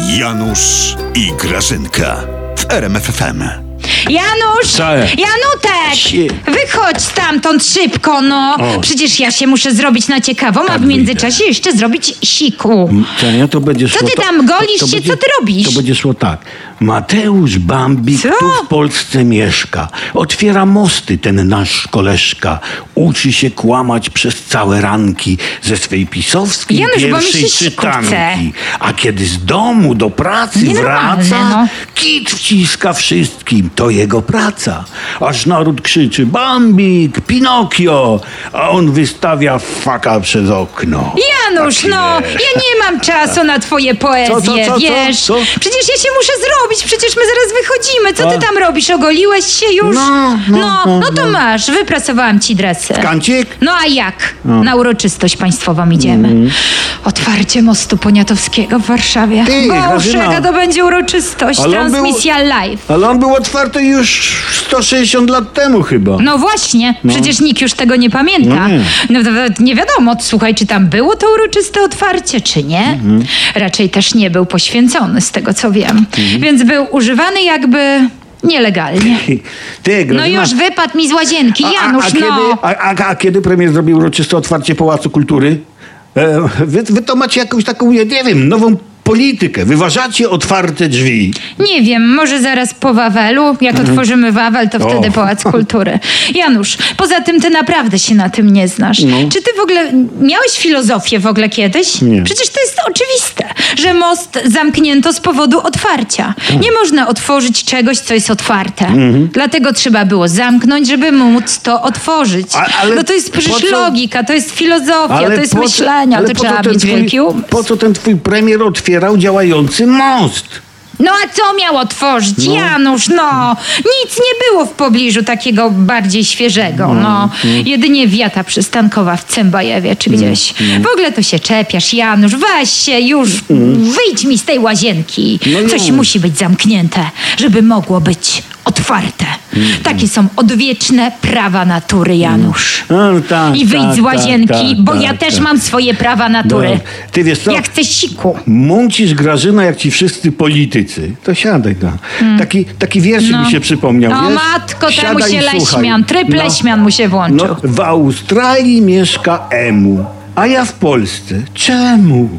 Janusz i Grażynka w RMF FM. Janusz! Co? Janutek! Wychodź stamtąd szybko, no! O. Przecież ja się muszę zrobić na ciekawą, a Tak, w międzyczasie jeszcze zrobić siku. Czenia, to będzie Co szło ty tak- tam golisz się? będzie- Co ty robisz? To będzie szło tak. Mateusz Bambik Co? tu w Polsce mieszka. Otwiera mosty ten nasz koleżka. Uczy się kłamać przez całe ranki ze swej pisowskiej Janusz, bo mi pierwszej się siku chce. czytanki. A kiedy z domu do pracy Nienormalne, wraca, no. kit wciska wszystkim. To jego praca. Aż naród krzyczy Bambik, Pinokio, a on wystawia faka przez okno. Janusz, Taki no! jest. Ja nie mam czasu na twoje poezje, Co? wiesz? Co? Przecież ja się muszę zrobić, przecież my zaraz wychodzimy. Co ty tam robisz? Ogoliłeś się już? No to masz, wyprasowałam ci dresy. Kancik? No a jak? Na uroczystość państwową idziemy. Otwarcie mostu Poniatowskiego w Warszawie. Ty, Boże, Grażyna. jaka to będzie uroczystość. Ale on był- Transmisja live. Ale on był otwarty już 160 lat temu chyba. No właśnie, przecież nikt już tego nie pamięta. No nie. No to nie wiadomo, słuchaj, czy tam było to uroczyste otwarcie, czy nie. Raczej też nie był poświęcony, z tego co wiem. Więc był używany jakby nielegalnie. Ty, No Grażyna, już wypadł mi z łazienki, Janusz, a kiedy, no. a kiedy premier zrobił uroczyste otwarcie Pałacu Kultury? Wy to macie jakąś taką, ja nie wiem, nową politykę. Wyważacie otwarte drzwi. Nie wiem, może zaraz po Wawelu, jak otworzymy Wawel, to wtedy Pałac Kultury. Janusz, poza tym ty naprawdę się na tym nie znasz. Czy ty w ogóle miałeś filozofię w ogóle kiedyś? Nie. Przecież to jest oczywiste, że most zamknięto z powodu otwarcia. Nie można otworzyć czegoś, co jest otwarte. Dlatego trzeba było zamknąć, żeby móc to otworzyć. Ale No to jest po przecież co- logika, to jest filozofia, to jest po co- myślenie, ale to po co trzeba ten mieć wielki umysł. Po co ten twój premier otwierał działający most? No a co miał otworzyć? Janusz, no. Nic nie było w pobliżu takiego bardziej świeżego, no. Jedynie wiata przystankowa w Cymbajewie czy gdzieś. W ogóle to się czepiasz, Janusz. Weź się już, wyjdź mi z tej łazienki. No Coś już. musi być zamknięte, żeby mogło być otwarte. Takie są odwieczne prawa natury, Janusz. No, tak, I wyjdź tak, z łazienki, tak, bo tak, ja też tak. mam swoje prawa natury. No, ty wiesz co? Jak chcesz siku. Mącisz, Grażyna, jak ci wszyscy politycy. To siadaj, no. Taki wierszyk mi się przypomniał, No wiesz? matko, temu Siadaj się i słuchaj. leśmian, tryb leśmian mu się włączył. No, w Australii mieszka Emu, a ja w Polsce. Czemu?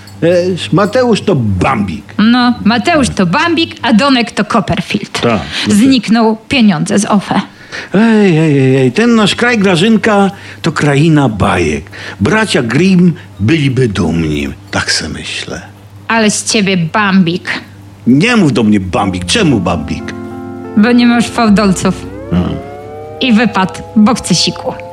Mateusz to Bambik. No, Mateusz to Bambik, a Donek to Copperfield. Tak. Zniknął pieniądze z OFE. Ej, ten nasz kraj, Grażynka, to kraina bajek. Bracia Grimm byliby dumni, tak se myślę. Ale z ciebie Bambik, Nie mów do mnie Bambik. Czemu Bambik? bo nie masz fałdolców. I wypadł, bo chce siku.